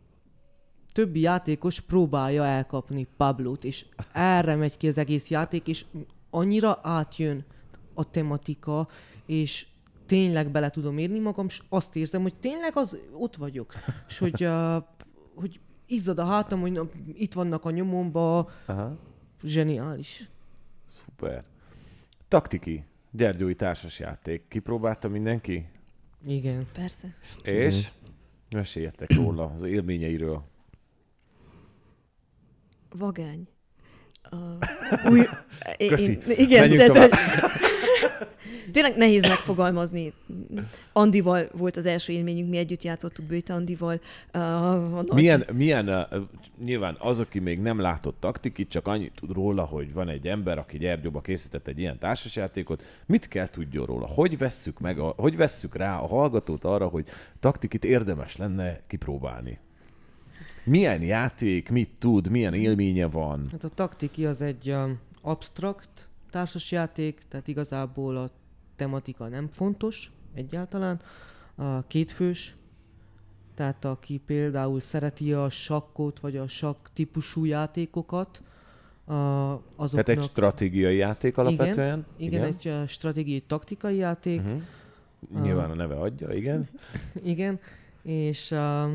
többi játékos próbálja elkapni Pablót, és erre megy ki az egész játék, és annyira átjön a tematika, és tényleg bele tudom érni magam, és azt érzem, hogy tényleg az, ott vagyok. És hogy, uh, hogy izzad a hátam, hogy na, itt vannak a nyomomba. Aha. Zseniális. Szuper. Taktiki. Gyergyói társasjáték. Kipróbálta mindenki? Igen. Persze. És? Meséljetek róla, az élményeiről. Vagány. Uh, új, Köszi. Én, igen, Menjünk tehát, tovább. hogy tényleg nehéz megfogalmazni. Andival volt az első élményünk, mi együtt játszottuk Bőte Andival. Uh, a nagy... Milyen, milyen uh, nyilván az, aki még nem látott taktikit, csak annyit tud róla, hogy van egy ember, aki Gyergyóba készített egy ilyen társasjátékot. Mit kell tudjon róla? Hogy vesszük meg, a, hogy vesszük rá a hallgatót arra, hogy taktikit érdemes lenne kipróbálni? Milyen játék, mit tud, milyen élménye van? Hát a taktiki az egy um, absztrakt társasjáték, tehát igazából a tematika nem fontos egyáltalán. A kétfős, tehát aki például szereti a sakkot, vagy a sakk típusú játékokat, uh, azoknak... Tehát egy stratégiai játék alapvetően? Igen, igen, egy uh, stratégiai taktikai játék. Uh-huh. Nyilván a neve adja, igen. Igen, és... Uh,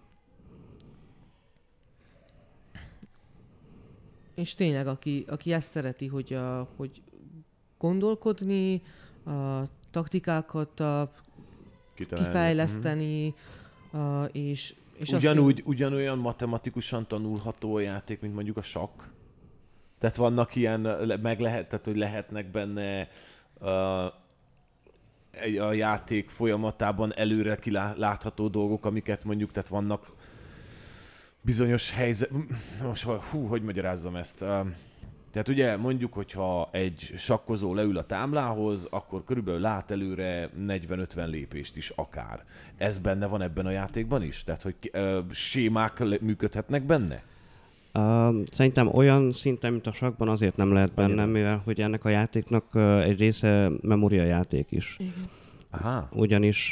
És tényleg, aki, aki ezt szereti, hogy, uh, hogy gondolkodni, uh, taktikákat uh, Kitalálni. kifejleszteni, uh, és, és Ugyanúgy, ugyanolyan matematikusan tanulható a játék, mint mondjuk a sakk? Tehát vannak ilyen, meg lehet, tehát hogy lehetnek benne uh, egy, a játék folyamatában előre kilátható dolgok, amiket mondjuk, tehát vannak bizonyos helyzet... Most, hú, hogy magyarázzam ezt? Uh, tehát ugye mondjuk, hogyha egy sakkozó leül a támlához, akkor körülbelül lát előre negyven-ötven lépést is akár. Ez benne van ebben a játékban is? Tehát, hogy uh, sémák működhetnek benne? Uh, szerintem olyan szinten, mint a sakkban azért nem lehet benne, Annyira. mivel hogy ennek a játéknak uh, egy része memória játék is. Igen. Aha. Ugyanis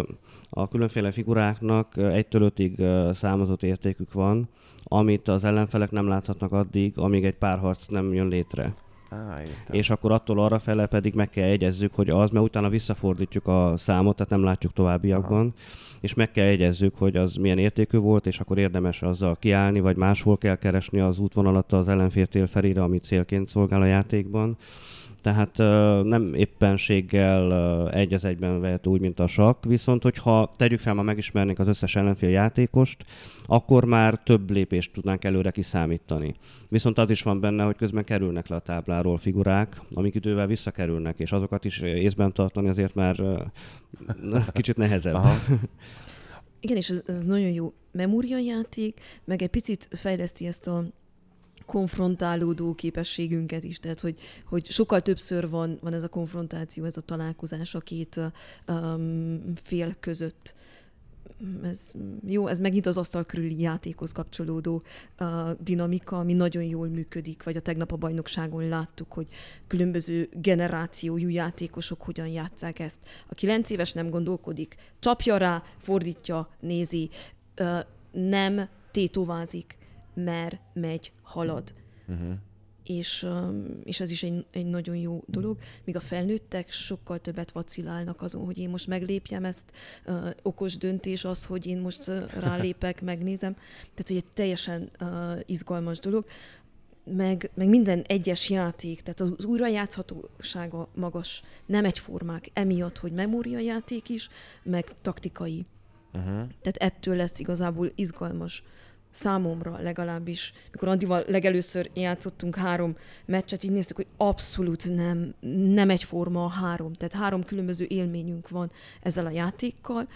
a különféle figuráknak egytől ötig számozott értékük van, amit az ellenfelek nem láthatnak addig, amíg egy párharc nem jön létre. Á, és akkor attól arra fele pedig meg kell jegyezzük, hogy az, mert utána visszafordítjuk a számot, tehát nem látjuk továbbiakban, aha, és meg kell jegyezzük, hogy az milyen értékű volt, és akkor érdemes azzal kiállni, vagy máshol kell keresni az útvonalat az ellenfél térfelére, ami célként szolgál a játékban. Tehát uh, nem éppenséggel uh, egy az egyben vehető úgy, mint a sakk, viszont hogyha tegyük fel, ma megismernénk az összes ellenfél játékost, akkor már több lépést tudnánk előre kiszámítani. Viszont az is van benne, hogy közben kerülnek le a tábláról figurák, amik idővel visszakerülnek, és azokat is észben tartani azért már uh, kicsit nehezebb. Aha. Igen, és ez, ez nagyon jó memóriajáték, meg egy picit fejleszti ezt a konfrontálódó képességünket is, tehát hogy, hogy sokkal többször van, van ez a konfrontáció, ez a találkozás a két um, fél között. Ez, jó, ez megint az asztal körüli játékhoz kapcsolódó uh, dinamika, ami nagyon jól működik, vagy a tegnap a bajnokságon láttuk, hogy különböző generációjú játékosok hogyan játsszák ezt. A kilenc éves nem gondolkodik, csapja rá, fordítja, nézi, uh, nem tétovázik, mert megy, halad. Uh-huh. És, és ez is egy, egy nagyon jó dolog. Míg a felnőttek sokkal többet vacilálnak azon, hogy én most meglépjem ezt, uh, okos döntés az, hogy én most uh, rálépek, megnézem. Tehát, hogy egy teljesen uh, izgalmas dolog. Meg, meg minden egyes játék, tehát az újrajátszhatósága magas, nem egyformák, emiatt, hogy memóriajáték is, meg taktikai. Uh-huh. Tehát ettől lesz igazából izgalmas. Számomra legalábbis, mikor Andival legelőször játszottunk három meccset, így néztük, hogy abszolút nem, nem egyforma a három. Tehát három különböző élményünk van ezzel a játékkal.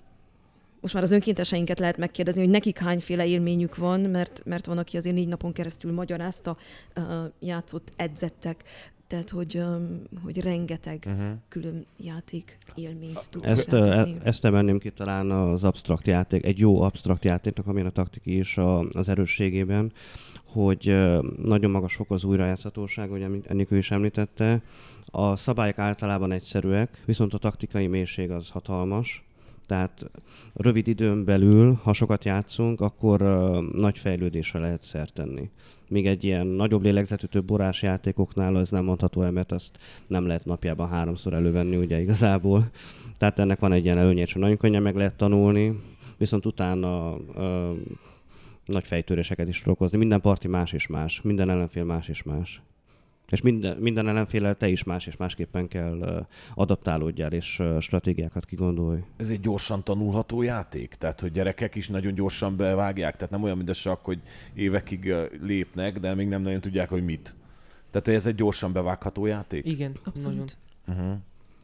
Most már az önkénteseinket lehet megkérdezni, hogy nekik hányféle élményük van, mert, mert van, aki azért négy napon keresztül magyarázta, uh, játszott, edzettek. Tehát, hogy, um, hogy rengeteg uh-huh. külön játék élményt tudsz ezt, e, ezt emenném ki talán az absztrakt játék, egy jó absztrakt játéknak, amilyen a taktiki is a, az erősségében, hogy uh, nagyon magas fok az újrajátszhatóság, hogy Enikő is említette. A szabályok általában egyszerűek, viszont a taktikai mélység az hatalmas. Tehát rövid időn belül, ha sokat játszunk, akkor uh, nagy fejlődésre lehet szert tenni. Még egy ilyen nagyobb lélegzetütő borás játékoknál ez nem mondható el, mert azt nem lehet napjában háromszor elővenni, ugye igazából. Tehát ennek van egy ilyen előnye, hogy nagyon könnyen meg lehet tanulni, viszont utána uh, nagy fejtöréseket is tud okozni. Minden parti más és más, minden ellenfél más és más. És minden, minden ellenféllel te is más és másképpen kell uh, adaptálódjál és uh, stratégiákat kigondolj. Ez egy gyorsan tanulható játék? Tehát, hogy gyerekek is nagyon gyorsan bevágják? Tehát nem olyan, mint a sakk, hogy évekig uh, lépnek, de még nem nagyon tudják, hogy mit. Tehát, hogy ez egy gyorsan bevágható játék? Igen, abszolút. Uh-huh.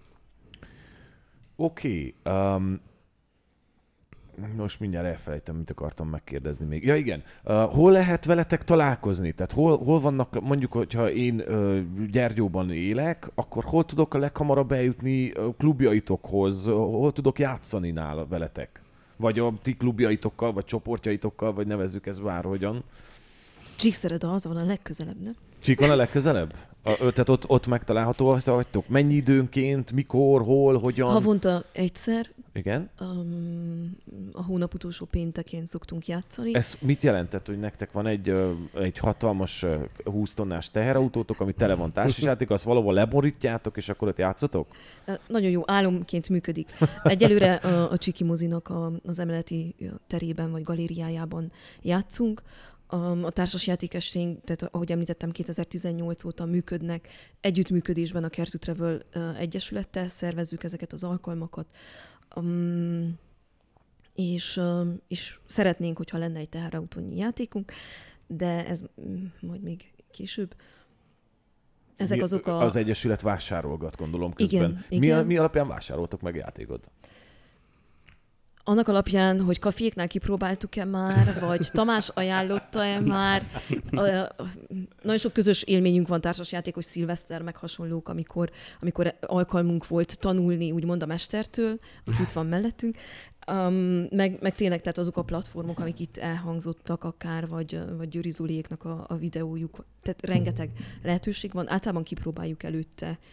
Oké. Okay, um, most mindjárt elfelejtem, mit akartam megkérdezni még. Ja igen, uh, hol lehet veletek találkozni? Tehát hol, hol vannak, mondjuk, hogyha én uh, Gyergyóban élek, akkor hol tudok a leghamarabb eljutni uh, klubjaitokhoz? Hol tudok játszani nála veletek? Vagy a ti klubjaitokkal, vagy csoportjaitokkal, vagy nevezzük ezt bárhogyan. Csíkszereda az van a legközelebb, nem? Csík van a legközelebb? A, tehát ott, ott megtalálható vagytok? Mennyi időnként, mikor, hol, hogyan? Havonta egyszer. Igen? Um, a hónap utolsó péntekén szoktunk játszani. Ez mit jelentett, hogy nektek van egy, egy hatalmas húsz tonnás teherautótok, ami tele van társasjáték, azt valahol leborítjátok, és akkor ott játszotok? Nagyon jó, álomként működik. Egyelőre a, a Csiki mozinak a, az emeleti terében vagy galériájában játszunk. A társasjátékesténk, tehát ahogy említettem, kétezer-tizennyolc óta működnek. Együttműködésben a Care to Travel Egyesülettel szervezzük ezeket az alkalmakat. Um, és, um, és szeretnénk, hogyha lenne egy teherautónyi játékunk, de ez um, majd még később. Ezek mi, azok a... Az Egyesület vásárolgat, gondolom közben. Igen, mi, igen. mi alapján vásároltok meg játékot? Annak alapján, hogy kaféknál kipróbáltuk-e már, vagy Tamás ajánlotta-e már. A, a, nagyon sok közös élményünk van, társasjátékos szilveszter, meg hasonlók, amikor, amikor alkalmunk volt tanulni, úgymond a mestertől, aki itt van mellettünk. Um, meg, meg tényleg tehát azok a platformok, amik itt elhangzottak akár, vagy, vagy Győri Zuliéknak a, a videójuk. Tehát rengeteg lehetőség van. Általában kipróbáljuk előtte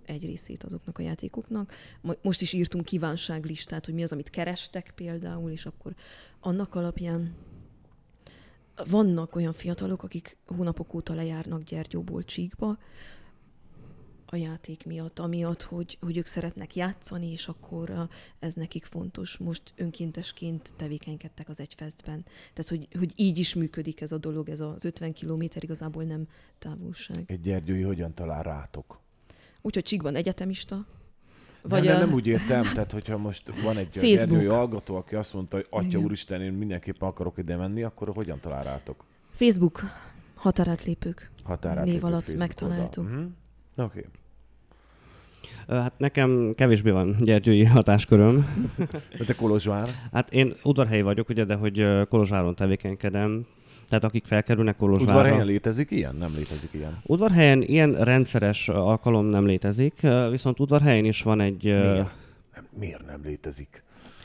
egy részét azoknak a játékoknak. Most is írtunk kívánságlistát, hogy mi az, amit kerestek például, és akkor annak alapján vannak olyan fiatalok, akik hónapok óta lejárnak Gyergyóból Csíkba a játék miatt, amiatt, hogy, hogy ők szeretnek játszani, és akkor ez nekik fontos. Most önkéntesként tevékenykedtek az Egyfestben. Tehát, hogy, hogy így is működik ez a dolog, ez az ötven kilométer igazából nem távolság. Egy gyergyói hogyan talál rátok? Úgyhogy Csíkban egyetemista. Vagy nem, a... nem, nem úgy értem, tehát hogyha most van egy gyergyói hallgató, aki azt mondta, hogy Atya úristen, én mindenképpen akarok ide menni, akkor hogyan talál rátok? Facebook határátlépők határátlépők név alatt Facebook megtaláltuk. Uh-huh. Oké. Okay. Hát nekem kevésbé van gyergyói hatásköröm. De te Kolozsvár? Hát én udvarhelyi vagyok, ugye, de hogy Kolozsváron tevékenykedem. Tehát akik felkerülnek Kolozsvárra... Udvarhelyen létezik ilyen? Nem létezik ilyen. Udvarhelyen ilyen rendszeres alkalom nem létezik, viszont Udvarhelyen is van egy... Miért? Miért nem létezik?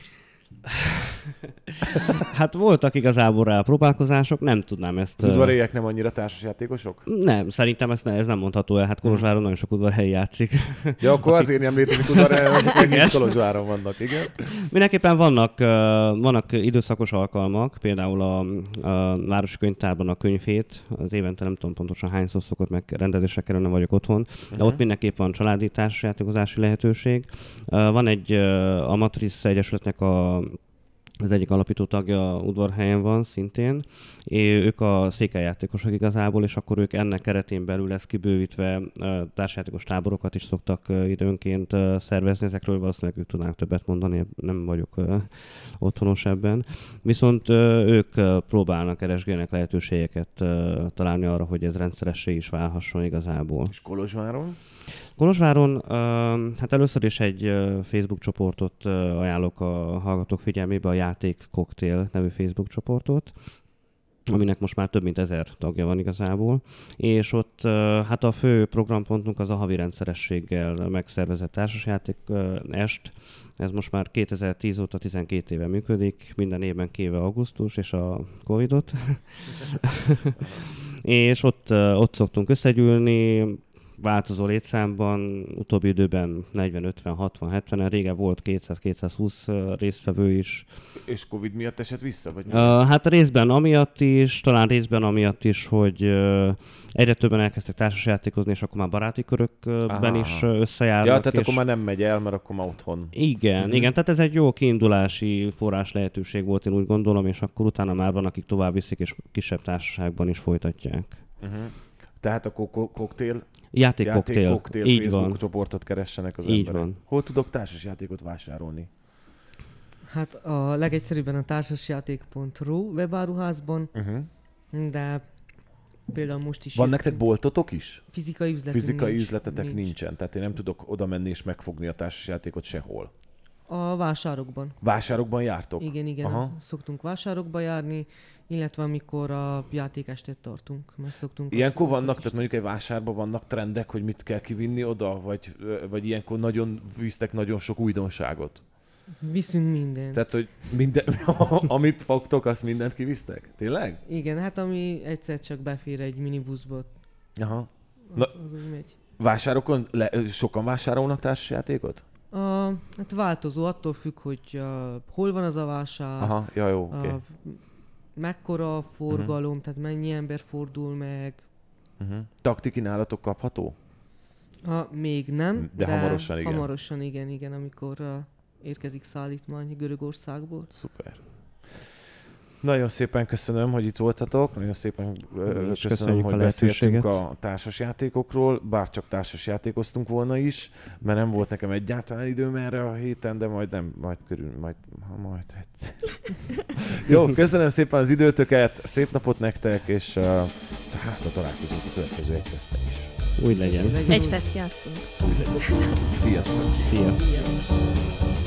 Hát voltak igazából rá próbálkozások, nem tudnám ezt... Az udvarhelyiek nem annyira társasjátékosok? Nem, szerintem ez, ez nem mondható el. Hát Kolozsváron nagyon sok udvarhelyi játszik. Ja, akkor azért nem létezik udvarhelyen, azok megint Kolozsváron vannak, igen? Mindenképpen vannak, vannak időszakos alkalmak, például a, a Városi Könyvtárban a könyvhét, az évente nem tudom pontosan hányszor szokott meg rendezésre kerülni, vagyok otthon, de uh-huh. ott mindenképp van családi társasjátékozási lehetőség. Van egy a Matrisz Egyesületnek a az egyik alapító tagja Udvarhelyen van szintén, és ők a székelyjátékosok igazából, és akkor ők ennek keretén belül lesz kibővítve társjátékos táborokat is szoktak időnként szervezni, ezekről valószínűleg ők tudnánk többet mondani, nem vagyok otthonos ebben. Viszont ők próbálnak, keresgélnek lehetőségeket találni arra, hogy ez rendszeressé is válhasson igazából. És Kolozsváron? Kolozsváron hát először is egy Facebook csoportot ajánlok a hallgatók figyelmébe, a Játék Koktél nevű Facebook csoportot, aminek most már több mint ezer tagja van igazából, és ott hát a fő programpontunk az a havi rendszerességgel megszervezett társasjáték est. Ez most már kétezer-tíz óta tizenkét éve működik, minden évben kivéve augusztus és a Covidot. És ott, ott szoktunk összegyűlni, változó létszámban, utóbbi időben negyven, ötven, hatvan, hetven, régen volt kétszáz-kétszázhúsz résztvevő is. És Covid miatt esett vissza? Vagy uh, hát részben amiatt is, talán részben amiatt is, hogy uh, egyre többen elkezdtek társasjátékozni, és akkor már baráti körökben Aha. is összejárnak. Ja, tehát és... akkor már nem megy el, mert akkor már otthon. Igen, uh-huh. igen, tehát ez egy jó kiindulási forrás lehetőség volt, én úgy gondolom, és akkor utána már van, akik tovább viszik, és kisebb társaságban is folytatják. Uh-huh. Tehát akkor koktél Játékkoktél. Játékkoktél Facebook van. Csoportot keressenek az Így emberek. Van. Hol tudok társasjátékot vásárolni? Hát a legegyszerűbben a társasjáték pont ru webáruházban, uh-huh. de például most is... Van nektek boltotok is? Fizikai üzletünk Fizikai nincs, üzletetek nincs. nincsen, tehát én nem tudok oda menni és megfogni a társasjátékot sehol. A vásárokban. Vásárokban jártok? Igen, igen. Aha. Szoktunk vásárokba járni, illetve amikor a játékestét tartunk. Mert szoktunk ilyenkor vannak, tehát mondjuk egy vásárban vannak trendek, hogy mit kell kivinni oda, vagy, vagy ilyenkor nagyon visztek nagyon sok újdonságot? Viszünk mindent. Tehát, hogy minden, amit fogtok, azt mindent kivisztek? Tényleg? Igen, hát ami egyszer csak befér egy minibuszba. Aha. Az, Na, az úgy megy. Vásárokon le, sokan vásárolnak társasjátékot? A, hát változó, attól függ, hogy uh, hol van az a vásár. Aha, ja, jó, oké. Okay. Uh, mekkora a forgalom, uh-huh. tehát mennyi ember fordul meg. Uh-huh. Taktikinálatok kapható? Ha, még nem, de, de hamarosan igen. Hamarosan igen, igen, amikor uh, érkezik szállítmány Görögországból. Szuper. Nagyon szépen köszönöm, hogy itt voltatok, nagyon szépen uh, köszönöm, hogy beszéltünk a társasjátékokról, bár csak társasjátékoztunk volna is, mert nem volt nekem egyáltalán időm erre a héten, de majd nem, majd körül, majd, ha majd egyszer. Jó, köszönöm szépen az időtöket, szép napot nektek, és uh, hát a találkozunk a következő Egyfesten is. Úgy legyen. Egyfest játszunk. Úgy legyen. Sziasztok! Szia!